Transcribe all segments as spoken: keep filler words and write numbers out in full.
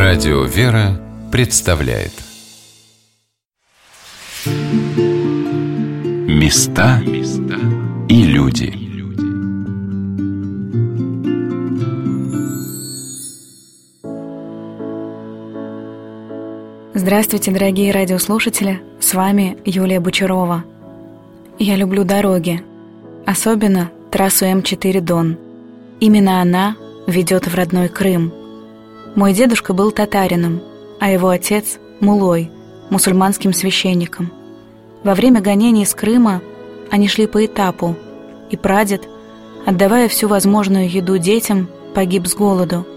Радио «Вера» представляет Места и люди. Здравствуйте, дорогие радиослушатели! С вами Юлия Бочарова. Я люблю дороги, особенно трассу эм четыре Дон. Именно она ведет в родной Крым. Мой дедушка был татарином, а его отец – мулой, мусульманским священником. Во время гонений из Крыма они шли по этапу, и прадед, отдавая всю возможную еду детям, погиб с голоду.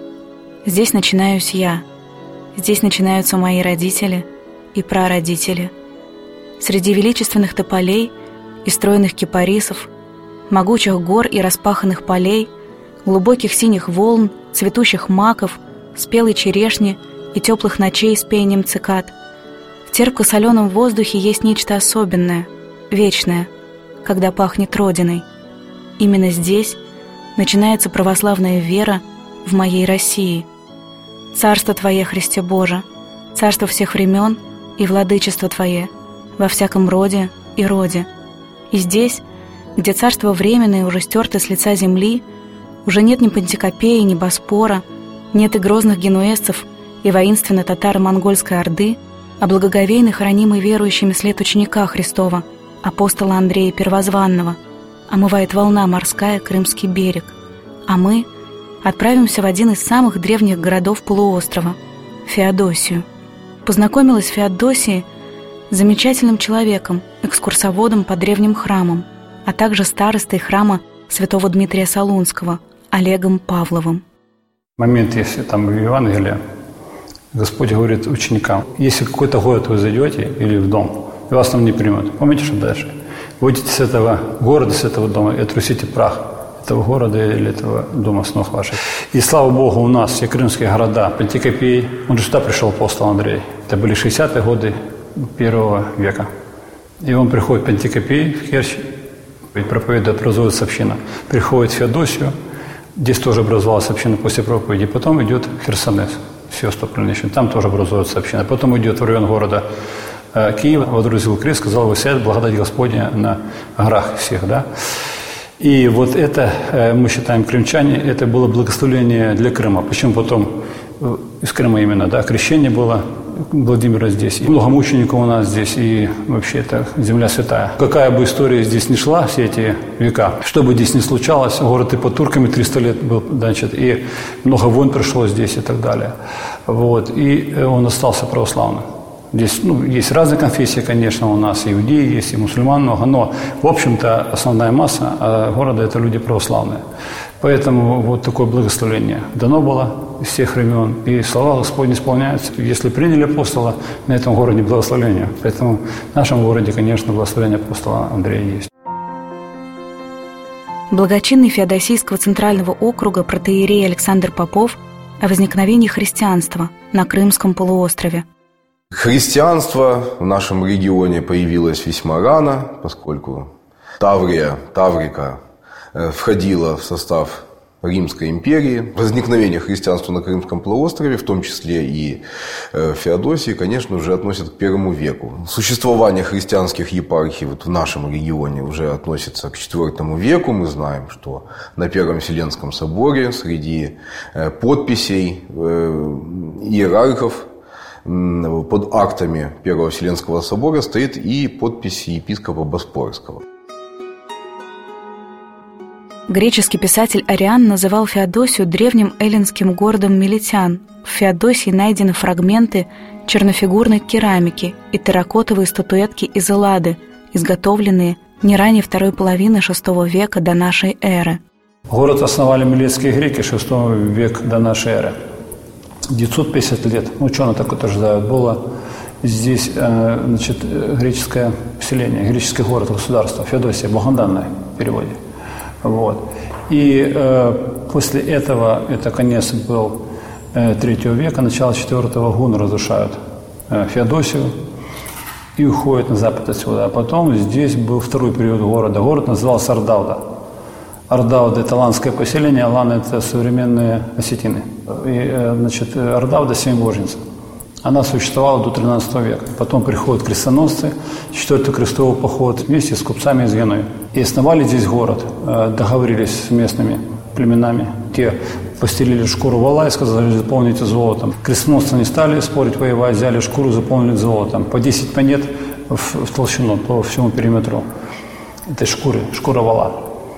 Здесь начинаюсь я. Здесь начинаются мои родители и прародители. Среди величественных тополей и стройных кипарисов, могучих гор и распаханных полей, глубоких синих волн, цветущих маков, спелой черешни и теплых ночей с пением цикад. В терпко-соленом воздухе есть нечто особенное, вечное, когда пахнет родиной. Именно здесь начинается православная вера в моей России. Царство Твое, Христе Боже, царство всех времен и владычество Твое во всяком роде и роде. И здесь, где царство временное уже стерто с лица земли, уже нет ни Пантикопеи, ни Боспора, нет и грозных генуэзцев и воинственно татаро-монгольской орды, а благоговейно хранимый верующими след ученика Христова, апостола Андрея Первозванного, омывает волна морская Крымский берег, а мы отправимся в один из самых древних городов полуострова – Феодосию. Познакомилась в Феодосии с замечательным человеком, экскурсоводом по древним храмам, а также старостой храма святого Дмитрия Солунского Олегом Павловым. Момент, если там в Евангелии Господь говорит ученикам: если в какой-то город вы зайдете или в дом, и вас там не примут, помните, что дальше? Выйдите с этого города, с этого дома и отрусите прах этого города или этого дома с ног ваших. И слава Богу, у нас все крымские города, Пантикопей, он же сюда пришел, апостол Андрей. Это были шестидесятые годы первого века. И он приходит в Пантикопей, в Керчь, и проповедует, образуется община. Приходит в Феодосию, здесь тоже образовалась община после проповеди. Потом идет в Херсонес, Севастополь, там тоже образуется община. Потом идет в район города э, Киева, водрузил крест, сказал: «Воссияет благодать Господня на горах всех». Да? И вот это, э, мы считаем, крымчане, это было благословение для Крыма. Почему потом э, из Крыма именно, да, крещение было Владимира здесь. И много мучеников у нас здесь, и вообще это земля святая. Какая бы история здесь ни шла все эти века, что бы здесь ни случалось, город и под турками триста лет был, значит, и много войн пришло здесь и так далее. Вот, и он остался православным. Здесь, ну, есть разные конфессии, конечно, у нас, и иудеи есть, и мусульман много, но, в общем-то, основная масса а города – это люди православные. Поэтому вот такое благословение дано было из всех времен, и слова Господни исполняются. Если приняли апостола, на этом городе благословение. Поэтому в нашем городе, конечно, благословение апостола Андрея есть. Благочинный Феодосийского центрального округа протоиерей Александр Попов о возникновении христианства на Крымском полуострове. Христианство в нашем регионе появилось весьма рано, поскольку Таврия, Таврика входила в состав Римской империи. Возникновение христианства на Крымском полуострове, в том числе и Феодосии, конечно, уже относят к первому веку. Существование христианских епархий вот в нашем регионе уже относится к четвертому веку. Мы знаем, что на Первом Вселенском соборе среди подписей иерархов под актами Первого Вселенского собора стоит и подпись епископа Боспорского. Греческий писатель Ариан называл Феодосию древним эллинским городом милетян. В Феодосии найдены фрагменты чернофигурной керамики и терракотовые статуэтки из Эллады, изготовленные не ранее второй половины шестого века до нашей эры. Город основали милетские греки шестой век до нашей эры. девятьсот пятьдесят лет, ученые так утверждают, было здесь, значит, греческое поселение, греческий город, государство, Феодосия, богоданное в переводе. Вот. И э, после этого, это конец был э, третьего века, начало четвертого, гунны разрушают э, Феодосию и уходят на запад отсюда. А потом здесь был второй период города. Город назывался Ардавда. Ордауда – это аланское поселение, Алан – это современные осетины. И, значит, Ордауда – семибожница. Она существовала до тринадцатого века. Потом приходят крестоносцы, четвертый крестовый поход вместе с купцами из Генуи. И основали здесь город, договорились с местными племенами. Те постелили шкуру вала и сказали, заполните золотом. Крестоносцы не стали спорить, воевать, взяли шкуру, заполнили золотом. По десять монет в, в толщину, по всему периметру этой шкуры, шкура вала.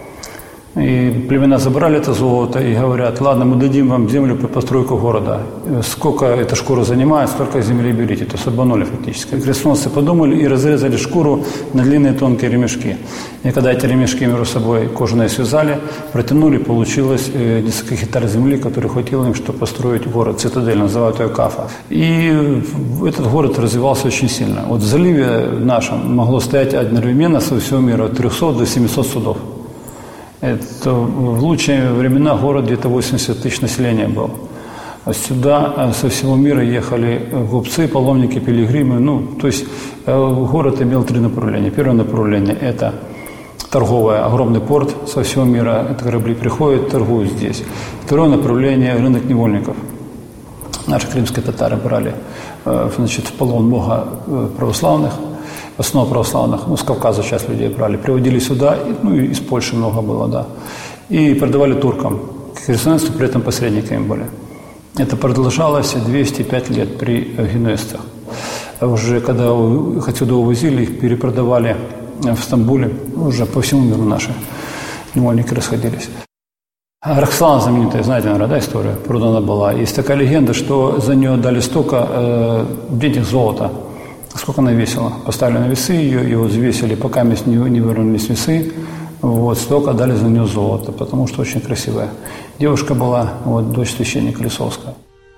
И племена забрали это золото и говорят, ладно, мы дадим вам землю под постройку города. Сколько эта шкура занимает, столько земли берите. То есть обманули фактически. Крестоносцы подумали и разрезали шкуру на длинные тонкие ремешки. И когда эти ремешки между собой кожаные связали, протянули, получилось несколько гектар земли, которой хватило им, чтобы построить город, цитадель, называют ее Кафа. И этот город развивался очень сильно. Вот в заливе нашем могло стоять одновременно со всего мира от трехсот до семисот судов. Это в лучшие времена город где-то восемьдесят тысяч населения был. А сюда со всего мира ехали купцы, паломники, пилигримы. Ну, то есть город имел три направления. Первое направление – это торговое, огромный порт со всего мира. Это корабли приходят, торгуют здесь. Второе направление – рынок невольников. Наши крымские татары брали, значит, в полон много православных, в основном православных, ну, с Кавказа часть людей брали, приводили сюда, ну, и из Польши много было, да, и продавали туркам. Крестоносцы при этом посредниками были. Это продолжалось двести пять лет при генуэзцах. Уже когда их отсюда увозили, их перепродавали в Стамбуле, уже по всему миру наши невольники расходились. Роксолана знаменитая, знаете, наверное, да, история, продана была. Есть такая легенда, что за нее дали столько э, денег золота, сколько она весила. Поставили на весы ее, и вот взвесили, пока не, не выровнялись весы, вот, столько дали за нее золото, потому что очень красивая. Девушка была, вот, дочь священника Лисовского.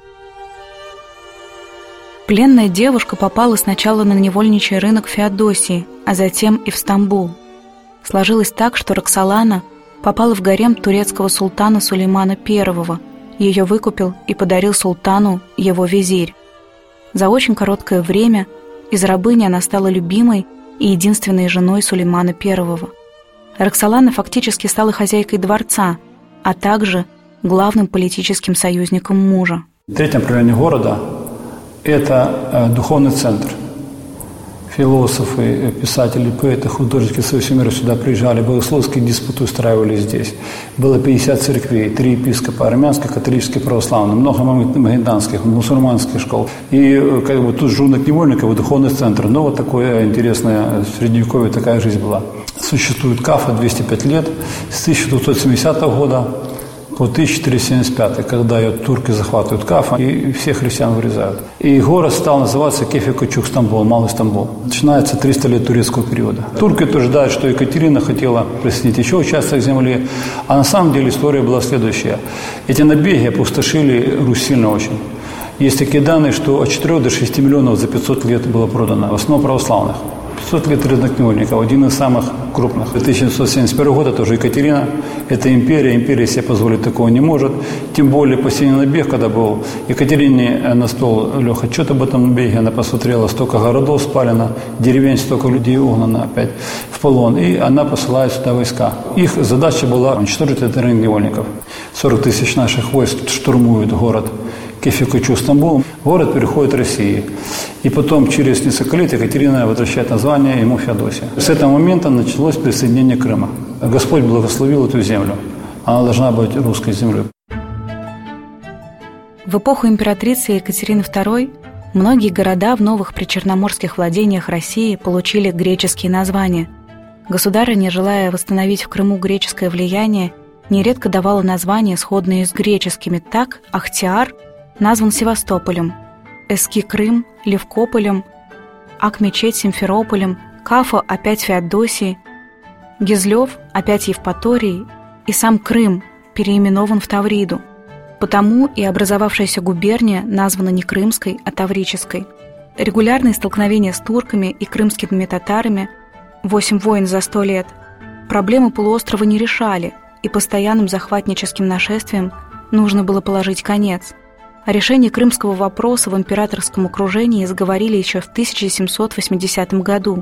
Пленная девушка попала сначала на невольничий рынок Феодосии, а затем и в Стамбул. Сложилось так, что Роксолана попала в гарем турецкого султана Сулеймана Первого. Ее выкупил и подарил султану его визирь. За очень короткое время из рабыни она стала любимой и единственной женой Сулеймана Первого. Роксолана фактически стала хозяйкой дворца, а также главным политическим союзником мужа. Третье направление города – это духовный центр. Философы, писатели, поэты, художники со всего мира сюда приезжали, богословские диспуты устраивали здесь. Было пятьдесят церквей, три епископа, армянских, католических, православных, много магометанских, мусульманских школ. И как бы тут рынок невольников и духовный центр. Но вот такое интересное, в Средневековье такая жизнь была. Существует Кафа двести пять лет, с тысяча девятьсот семидесятого года по тысяча четыреста семьдесят пятый, когда ее турки захватывают Кафа и всех христиан вырезают. И город стал называться Кефи-Кочук Стамбул, Малый Стамбул. Начинается триста лет турецкого периода. Турки утверждают, что Екатерина хотела присоединить еще участок земли, а на самом деле история была следующая. Эти набеги опустошили Русь сильно очень. Есть такие данные, что от четырёх до шести миллионов за пятьсот лет было продано, в основном православных. пятьсот лет рынок невольников, один из самых крупных. тысяча девятьсот семьдесят первый год, это уже Екатерина, это империя, империя себе позволить такого не может. Тем более последний набег, когда был Екатерине на стол лег отчет об этом набеге, она посмотрела, столько городов спалено, деревень, столько людей угнано опять в полон, и она посылает сюда войска. Их задача была уничтожить этот рынок невольников. сорок тысяч наших войск штурмуют город Кефи-Кочук Стамбул, город переходит России. И потом, через несколько лет, Екатерина возвращает название ему Феодосия. С этого момента началось присоединение Крыма. Господь благословил эту землю. Она должна быть русской землей. В эпоху императрицы Екатерины Второй многие города в новых причерноморских владениях России получили греческие названия. Государыня, желая восстановить в Крыму греческое влияние, нередко давала названия, сходные с греческими. Так, Ахтиар назван Севастополем, Эски-Крым – Левкополем, Ак-Мечеть – Симферополем, Кафа – опять Феодосией, Гизлев – опять Евпаторией, и сам Крым переименован в Тавриду. Потому и образовавшаяся губерния названа не крымской, а таврической. Регулярные столкновения с турками и крымскими татарами, восемь войн за сто лет, проблемы полуострова не решали, и постоянным захватническим нашествиям нужно было положить конец. О решении крымского вопроса в императорском окружении заговорили еще в тысяча семьсот восьмидесятом году.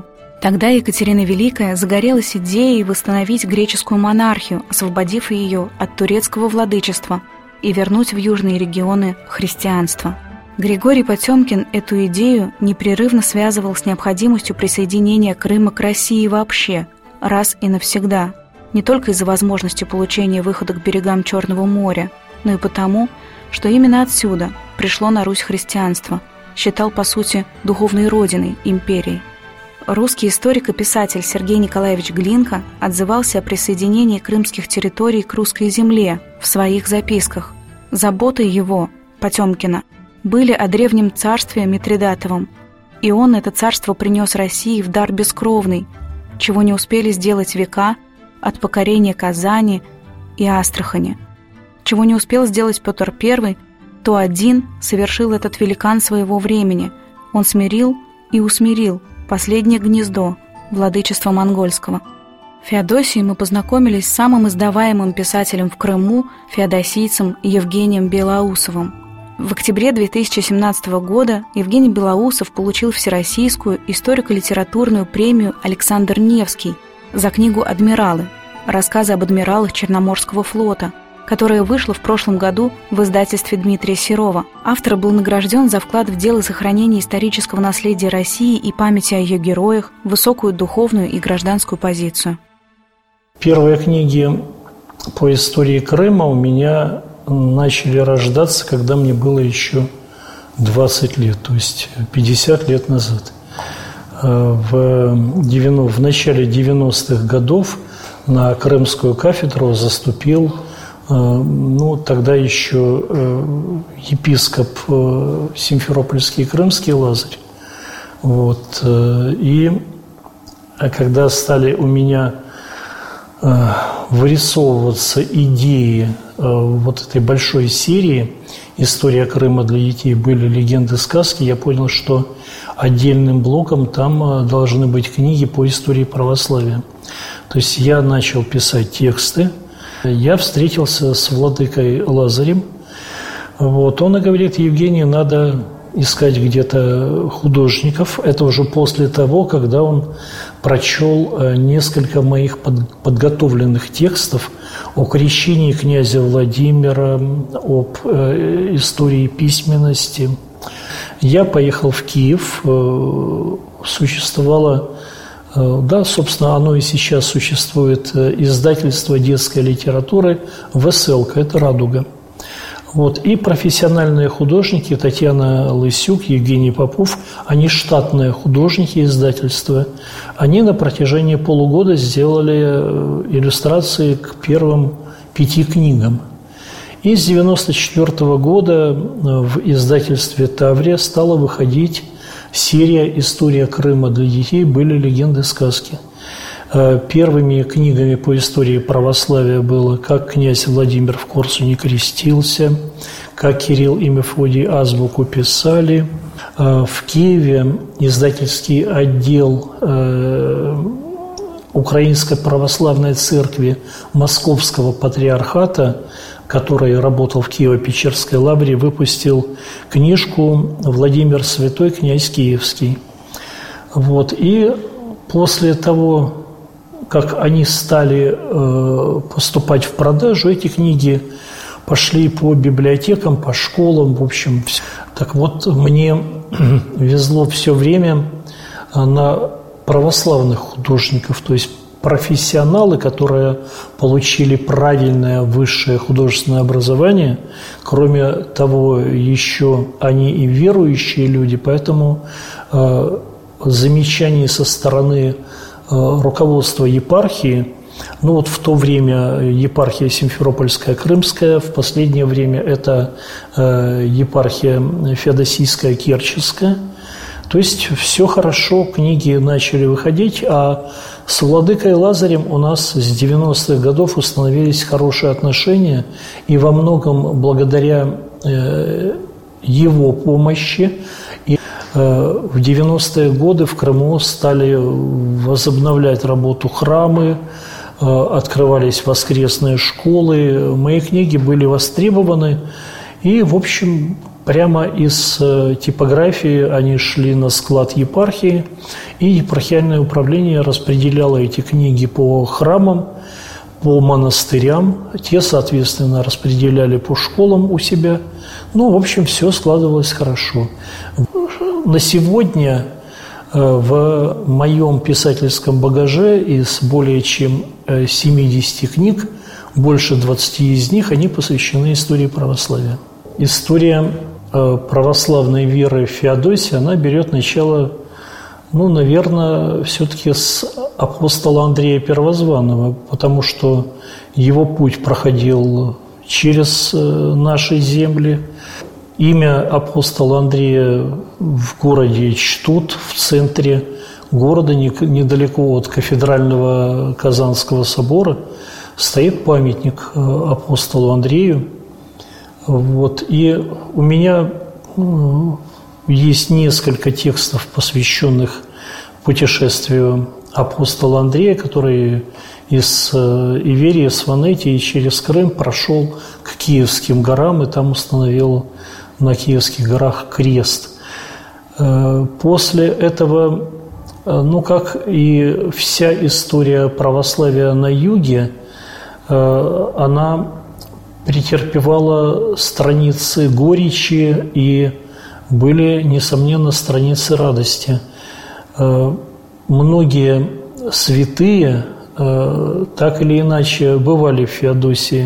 Тогда Екатерина Великая загорелась идеей восстановить греческую монархию, освободив ее от турецкого владычества и вернуть в южные регионы христианство. Григорий Потемкин эту идею непрерывно связывал с необходимостью присоединения Крыма к России вообще, раз и навсегда, не только из-за возможности получения выхода к берегам Черного моря, но и потому, что именно отсюда пришло на Русь христианство, считал, по сути, духовной родиной империи. Русский историк и писатель Сергей Николаевич Глинка отзывался о присоединении крымских территорий к русской земле в своих записках. Заботы его, Потемкина, были о древнем царстве Митридатовом, и он это царство принес России в дар бескровный, чего не успели сделать века от покорения Казани и Астрахани. Чего не успел сделать Петр Первый, то один совершил этот великан своего времени. Он смирил и усмирил последнее гнездо владычества монгольского. Феодосией мы познакомились с самым издаваемым писателем в Крыму, феодосийцем Евгением Белоусовым. В октябре две тысячи семнадцатого года Евгений Белоусов получил Всероссийскую историко-литературную премию «Александр Невский» за книгу «Адмиралы», рассказы об адмиралах Черноморского флота, которая вышла в прошлом году в издательстве Дмитрия Серова. Автор был награжден за вклад в дело сохранения исторического наследия России и памяти о ее героях, высокую духовную и гражданскую позицию. Первые книги по истории Крыма у меня начали рождаться, когда мне было еще двадцать лет, то есть пятьдесят лет назад. В, в начале девяностых годов на крымскую кафедру заступил ну, тогда еще епископ Симферопольский и Крымский Лазарь. Вот. И когда стали у меня вырисовываться идеи вот этой большой серии «История Крыма для детей. Были легенды, сказки», я понял, что отдельным блоком там должны быть книги по истории православия. То есть я начал писать тексты. Я встретился с владыкой Лазарем. Вот. Он и говорит: Евгений, надо искать где-то художников. Это уже после того, когда он прочел несколько моих подготовленных текстов о крещении князя Владимира, об истории письменности. Я поехал в Киев. Существовало, да, собственно, оно и сейчас существует, издательство детской литературы «Веселка», это «Радуга». Вот. И профессиональные художники Татьяна Лысюк, Евгений Попов, они штатные художники издательства. Они на протяжении полугода сделали иллюстрации к первым пяти книгам. И с девяносто четвёртого года в издательстве «Таврия» стала выходить серия «История Крыма для детей. Были легенды, сказки». Первыми книгами по истории православия было «Как князь Владимир в Корсуне крестился», «Как Кирилл и Мефодий азбуку писали». В Киеве издательский отдел Украинской православной церкви Московского патриархата, который работал в Киево-Печерской лавре, выпустил книжку «Владимир Святой, князь Киевский». Вот. И после того, как они стали э, поступать в продажу, эти книги пошли по библиотекам, по школам, в общем. Так вот, мне везло все время на православных художников, то есть профессионалы, которые получили правильное высшее художественное образование. Кроме того, еще они и верующие люди, поэтому э, замечаний со стороны руководство епархии, ну вот в то время епархия Симферопольская, Крымская, в последнее время это э, епархия Феодосийская, Керченская. То есть все хорошо, книги начали выходить, а с владыкой Лазарем у нас с девяностых годов установились хорошие отношения, и во многом благодаря э, его помощи и в девяностые годы в Крыму стали возобновлять работу храмы, открывались воскресные школы, мои книги были востребованы, и, в общем, Прямо из типографии они шли на склад епархии, и епархиальное управление распределяло эти книги по храмам, по монастырям. Те, соответственно, распределяли по школам у себя. Ну, в общем, все складывалось хорошо. На сегодня в моем писательском багаже из более чем семидесяти книг, больше двадцати из них, они посвящены истории православия. История православной веры Феодосии, она берет начало, ну, наверное, все-таки с апостола Андрея Первозванного, потому что его путь проходил через наши земли. Имя апостола Андрея в городе чтут, в центре города, недалеко от кафедрального Казанского собора, стоит памятник апостолу Андрею. Вот. И у меня ну, есть несколько текстов, посвященных путешествию апостола Андрея, который из Иверии, Сванетии через Крым прошел к Киевским горам и там установил на Киевских горах крест. После этого, ну, как и вся история православия на юге, она претерпевала страницы горечи и были, несомненно, страницы радости. Многие святые так или иначе бывали в Феодосии.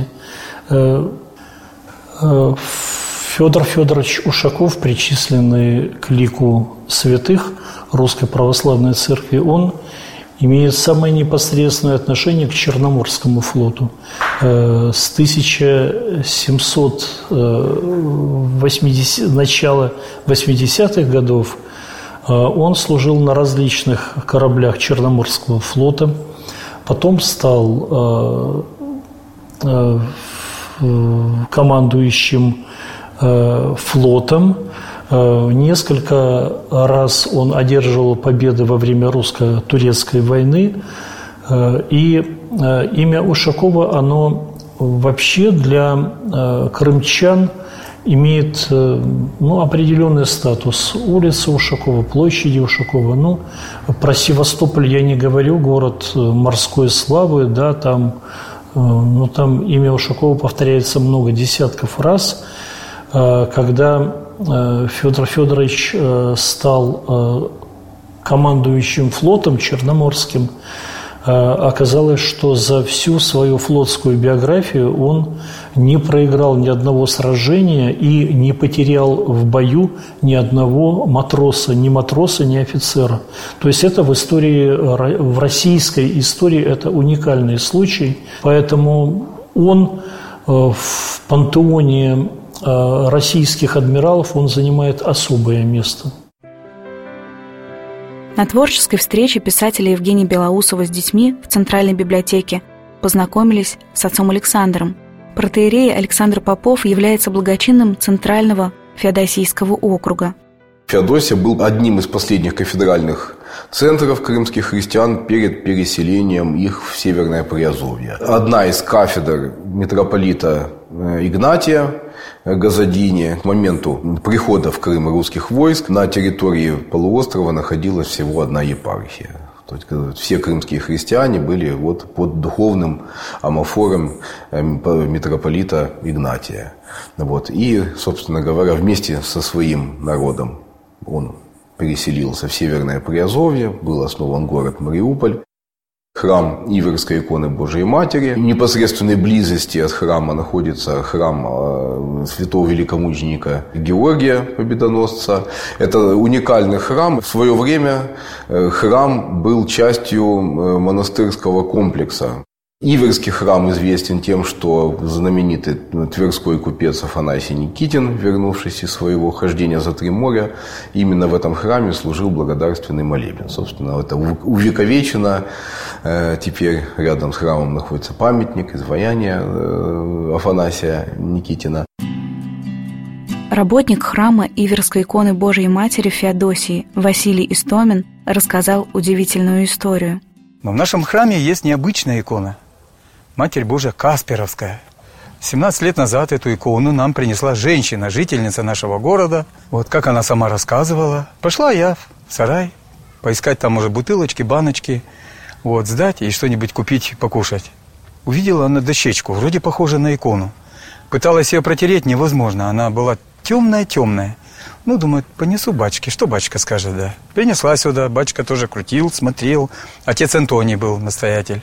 Федор Федорович Ушаков, причисленный к лику святых Русской Православной Церкви, он имеет самое непосредственное отношение к Черноморскому флоту. С тысяча семьсот восьмидесятых, начала восьмидесятых годов он служил на различных кораблях Черноморского флота, потом стал командующим флотом. Несколько раз он одерживал победы во время русско-турецкой войны. И имя Ушакова, оно вообще для крымчан имеет ну, определенный статус. Улица Ушакова, площади Ушакова. Ну, про Севастополь я не говорю, город морской славы, да, там, ну, там имя Ушакова повторяется много десятков раз. Когда Федор Федорович стал командующим флотом Черноморским, оказалось, что за всю свою флотскую биографию он не проиграл ни одного сражения и не потерял в бою ни одного матроса, ни матроса, ни офицера. То есть это в истории, в российской истории это уникальный случай, поэтому он в пантеоне российских адмиралов он занимает особое место. На творческой встрече писателя Евгения Белоусова с детьми в Центральной библиотеке познакомились с отцом Александром. Протоиерей Александр Попов является благочинным Центрального Феодосийского округа. Феодосия был одним из последних кафедральных центров крымских христиан перед переселением их в Северное Приазовье. Одна из кафедр митрополита Игнатия Газадини к моменту прихода в Крым русских войск на территории полуострова находилась всего одна епархия. То есть все крымские христиане были вот под духовным амофором митрополита Игнатия. Вот. И, собственно говоря, вместе со своим народом он переселился в Северное Приазовье, был основан город Мариуполь. Храм Иверской иконы Божией Матери. В непосредственной близости от храма находится храм святого великомученика Георгия Победоносца. Это уникальный храм. В свое время храм был частью монастырского комплекса. Иверский храм известен тем, что знаменитый тверской купец Афанасий Никитин, вернувшись из своего хождения за три моря, именно в этом храме служил благодарственный молебен. Собственно, это увековечено. Теперь рядом с храмом находится памятник, изваяние Афанасия Никитина. Работник храма Иверской иконы Божией Матери Феодосии Василий Истомин рассказал удивительную историю. Но в нашем храме есть необычная икона. Матерь Божия Касперовская. семнадцать лет назад эту икону нам принесла женщина, жительница нашего города. Вот как она сама рассказывала. Пошла я в сарай поискать там, может, бутылочки, баночки, вот, сдать и что-нибудь купить, покушать. Увидела она дощечку, вроде похожа на икону. Пыталась ее протереть, невозможно. Она была темная-темная. Ну, думаю, понесу батюшке. Что батюшка скажет, да? Принесла сюда. Батюшка тоже крутил, смотрел. Отец Антоний был настоятель.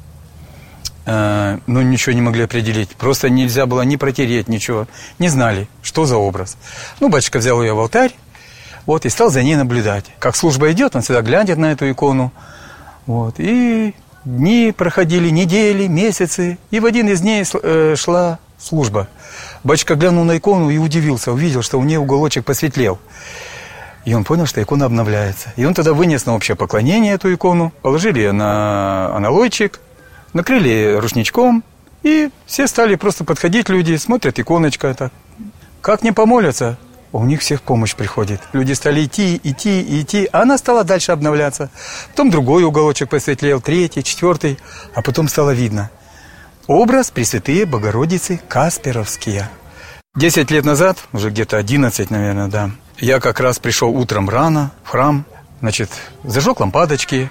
Э, ну, ничего не могли определить. Просто нельзя было ни протереть, ничего. Не знали, что за образ. Ну, батюшка взял ее в алтарь. Вот, и стал за ней наблюдать. Как служба идет, он всегда глянет на эту икону. Вот, и дни проходили, недели, месяцы. И в один из дней э, шла служба. Батюшка глянул на икону и удивился. Увидел, что у нее уголочек посветлел. И он понял, что икона обновляется. И он тогда вынес на общее поклонение эту икону. Положили ее на аналойчик, накрыли рушничком. И все стали просто подходить, люди, смотрят, иконочка. Так. Как не помолятся, у них всех помощь приходит. Люди стали идти, идти, идти, а она стала дальше обновляться. Потом другой уголочек посветлел, третий, четвертый, а потом стало видно. Образ Пресвятые Богородицы Касперовские. Десять лет назад, уже где-то одиннадцать, наверное, да, я как раз пришел утром рано в храм, значит, зажег лампадочки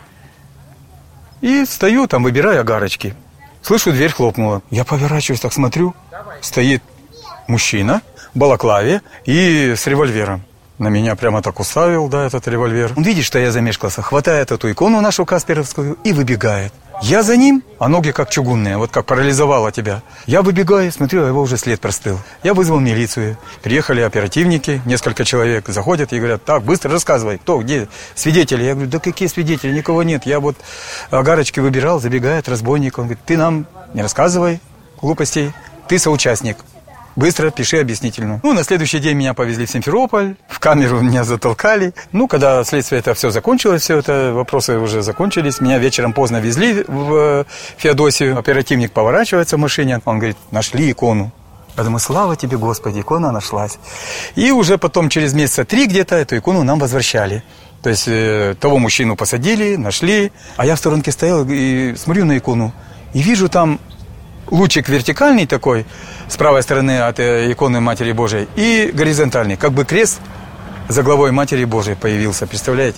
и стою там, выбираю огарочки. Слышу, дверь хлопнула. Я поворачиваюсь, так смотрю, стоит мужчина в балаклаве и с револьвером. На меня прямо так уставил, да, этот револьвер. Он видит, что я замешкался, хватает эту икону нашу Касперовскую и выбегает. Я за ним, а ноги как чугунные, вот как парализовало тебя. Я выбегаю, смотрю, а его уже след простыл. Я вызвал милицию. Приехали оперативники, несколько человек заходят и говорят: так, быстро рассказывай, кто, где, свидетели. Я говорю: да какие свидетели, никого нет. Я вот огарочки выбирал, забегает разбойник. Он говорит: ты нам не рассказывай глупостей, ты соучастник. Быстро пиши объяснительную. Ну, на следующий день меня повезли в Симферополь, в камеру меня затолкали. Ну, когда следствие это все закончилось, все это, вопросы уже закончились, меня вечером поздно везли в Феодосию. Оперативник поворачивается в машине, он говорит: нашли икону. Я думаю: слава тебе, Господи, икона нашлась. И уже потом, через месяца три где-то, эту икону нам возвращали. То есть, э, того мужчину посадили, нашли, а я в сторонке стоял и смотрю на икону, и вижу там лучик вертикальный такой, с правой стороны от иконы Матери Божией, и горизонтальный, как бы крест за главой Матери Божией появился, представляете?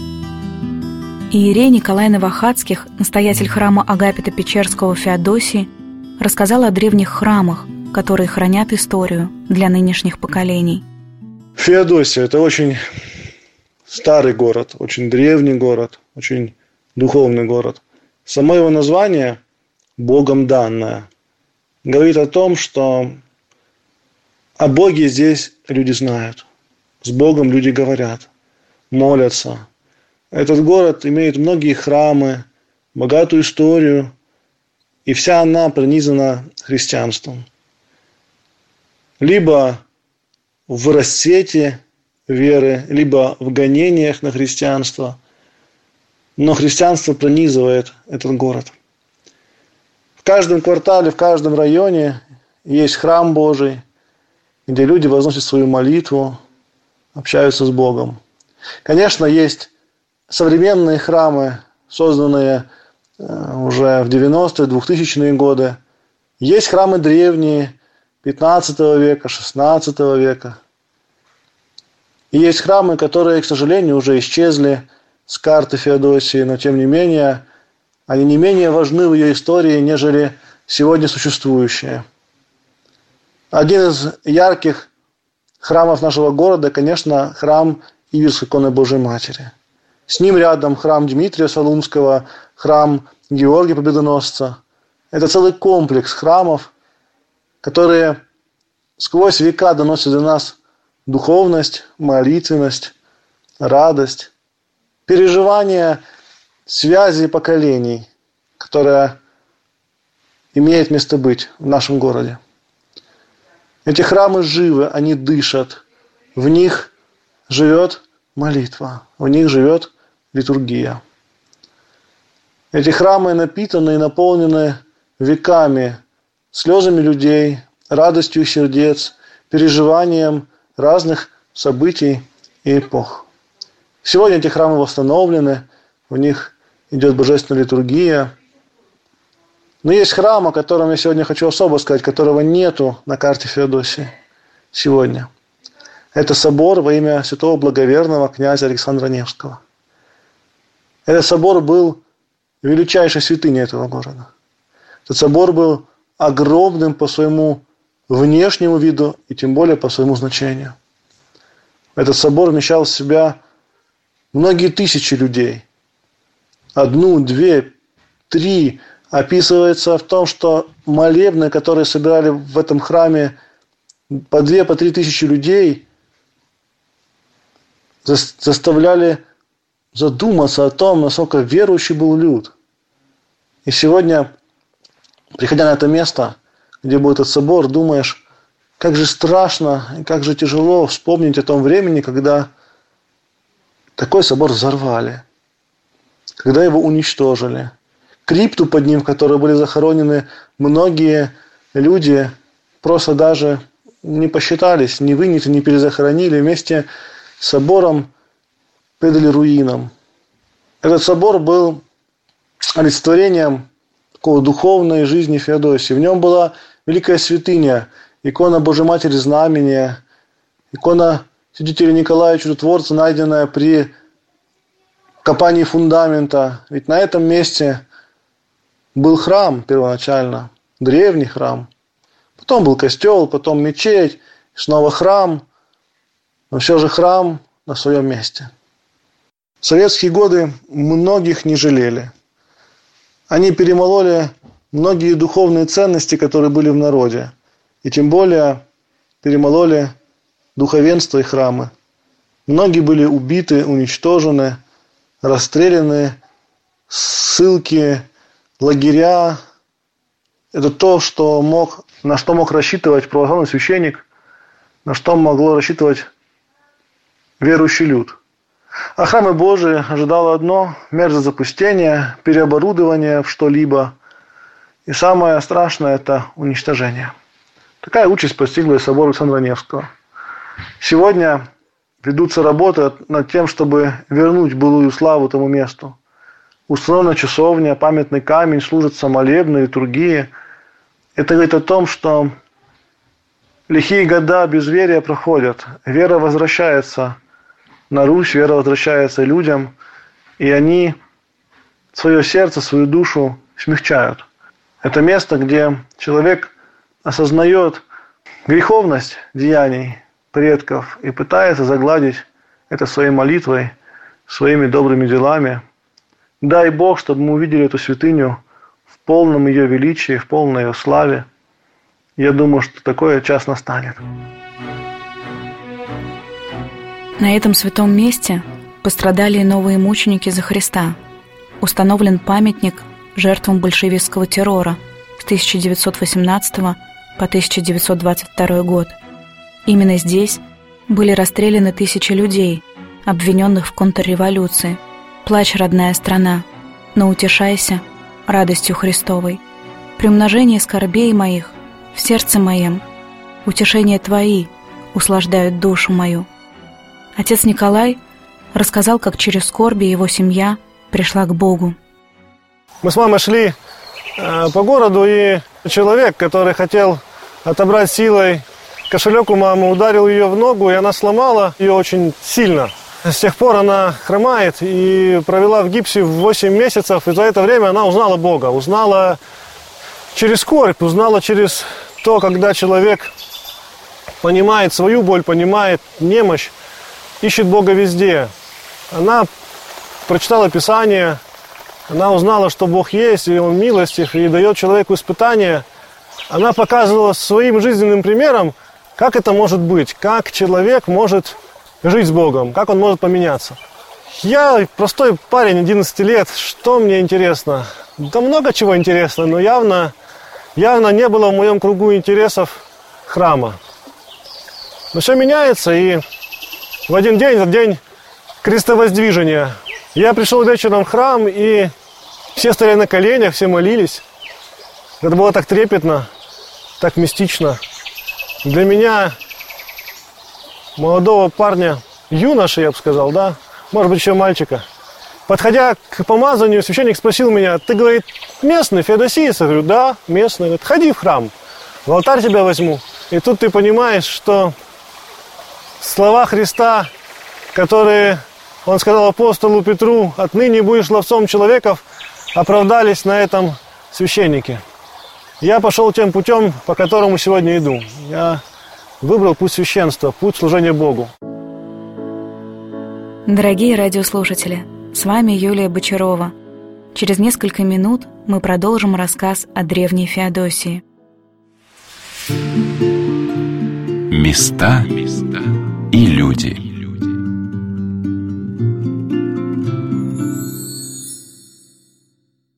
Иерей Николай Новохадских, настоятель храма Агапита Печерского в Феодосии, рассказал о древних храмах, которые хранят историю для нынешних поколений. Феодосия – это очень старый город, очень древний город, очень духовный город. Само его название – Богом данное, говорит о том, что о Боге здесь люди знают, с Богом люди говорят, молятся. Этот город имеет многие храмы, богатую историю, и вся она пронизана христианством. Либо в расцвете веры, либо в гонениях на христианство, но христианство пронизывает этот город. В каждом квартале, в каждом районе есть храм Божий, где люди возносят свою молитву, общаются с Богом. Конечно, есть современные храмы, созданные уже в девяностые, двухтысячные годы. Есть храмы древние, пятнадцатого века, шестнадцатого века. И есть храмы, которые, к сожалению, уже исчезли с карты Феодосии, но тем не менее они не менее важны в ее истории, нежели сегодня существующие. Один из ярких храмов нашего города, конечно, храм Иверской иконы Божией Матери. С ним рядом храм Дмитрия Солунского, храм Георгия Победоносца. Это целый комплекс храмов, которые сквозь века доносят до нас духовность, молитвенность, радость, переживание связи поколений, которая имеет место быть в нашем городе. Эти храмы живы, они дышат. В них живет молитва, в них живет литургия. Эти храмы напитаны и наполнены веками, слезами людей, радостью сердец, переживанием разных событий и эпох. Сегодня эти храмы восстановлены, в них идет божественная литургия. Но есть храм, о котором я сегодня хочу особо сказать, которого нету на карте Феодосии сегодня. Это собор во имя святого благоверного князя Александра Невского. Этот собор был величайшей святыней этого города. Этот собор был огромным по своему внешнему виду и тем более по своему значению. Этот собор вмещал в себя многие тысячи людей. Одну, две, три. Описывается в том, что молебны, которые собирали в этом храме по две, по три тысячи людей, заставляли задуматься о том, насколько верующий был люд. И сегодня, приходя на это место, где был этот собор, думаешь, как же страшно и как же тяжело вспомнить о том времени, когда такой собор взорвали, когда его уничтожили. Крипту под ним, в которой были захоронены многие люди, просто даже не посчитались, не выняты, не перезахоронили, вместе с собором предали руинам. Этот собор был олицетворением такого духовной жизни Феодосии. В нем была великая святыня, икона Божьей Матери Знамения, икона святителя Николая Чудотворца, найденная при копании фундамента. Ведь на этом месте был храм первоначально, древний храм. Потом был костел, потом мечеть, снова храм. Но все же храм на своем месте. В советские годы многих не жалели. Они перемололи многие духовные ценности, которые были в народе. И тем более перемололи духовенство и храмы. Многие были убиты, уничтожены, расстреляны, ссылки, лагеря. Это то, что мог, на что мог рассчитывать православный священник, на что могло рассчитывать верующий люд. А храмы Божии ожидало одно – мерзость запустения, переоборудование в что-либо. И самое страшное – это уничтожение. Такая участь постигла и собор Александра Невского. Сегодня ведутся работы над тем, чтобы вернуть былую славу тому месту. Установлена часовня, памятный камень, служатся молебны, литургии. Это говорит о том, что лихие года безверия проходят, вера возвращается на Русь, вера возвращается людям, и они свое сердце, свою душу смягчают. Это место, где человек осознает греховность деяний предков и пытается загладить это своей молитвой, своими добрыми делами. Дай Бог, чтобы мы увидели эту святыню в полном ее величии, в полной ее славе. Я думаю, что такой час настанет. На этом святом месте пострадали и новые мученики за Христа. Установлен памятник жертвам большевистского террора с тысяча девятьсот восемнадцатого по тысяча девятьсот двадцать второй год. Именно здесь были расстреляны тысячи людей, обвиненных в контрреволюции. Плачь, родная страна, но утешайся радостью Христовой. При умножении скорбей моих в сердце моем утешения Твои услаждают душу мою. Отец Николай рассказал, как через скорби его семья пришла к Богу. Мы с мамой шли э, по городу, и человек, который хотел отобрать силой кошелек у мамы, ударил ее в ногу, и она сломала ее очень сильно. С тех пор она хромает и провела в гипсе восемь месяцев, и за это время она узнала Бога. Узнала через скорбь, узнала через то, когда человек понимает свою боль, понимает немощь, ищет Бога везде. Она прочитала Писание, она узнала, что Бог есть, и Он милостив, и дает человеку испытания. Она показывала своим жизненным примером, как это может быть, как человек может жить с Богом, как он может поменяться. Я простой парень, одиннадцать лет, что мне интересно? Да много чего интересно, но явно, явно не было в моем кругу интересов храма. Но все меняется, и в один день, в день крестовоздвижения, я пришел вечером в храм, и все стояли на коленях, все молились. Это было так трепетно, так мистично. Для меня, молодого парня, юноши, я бы сказал, да, может быть, еще мальчика. Подходя к помазанию, священник спросил меня: ты, говорит, местный, феодосиец. Я говорю, да, местный. Говорит, ходи в храм, в алтарь тебя возьму. И тут ты понимаешь, что слова Христа, которые Он сказал апостолу Петру, отныне будешь ловцом человеков, оправдались на этом священники. Я пошел тем путем, по которому сегодня иду. Я выбрал путь священства, путь служения Богу. Дорогие радиослушатели, с вами Юлия Бочарова. Через несколько минут мы продолжим рассказ о древней Феодосии. Места и люди.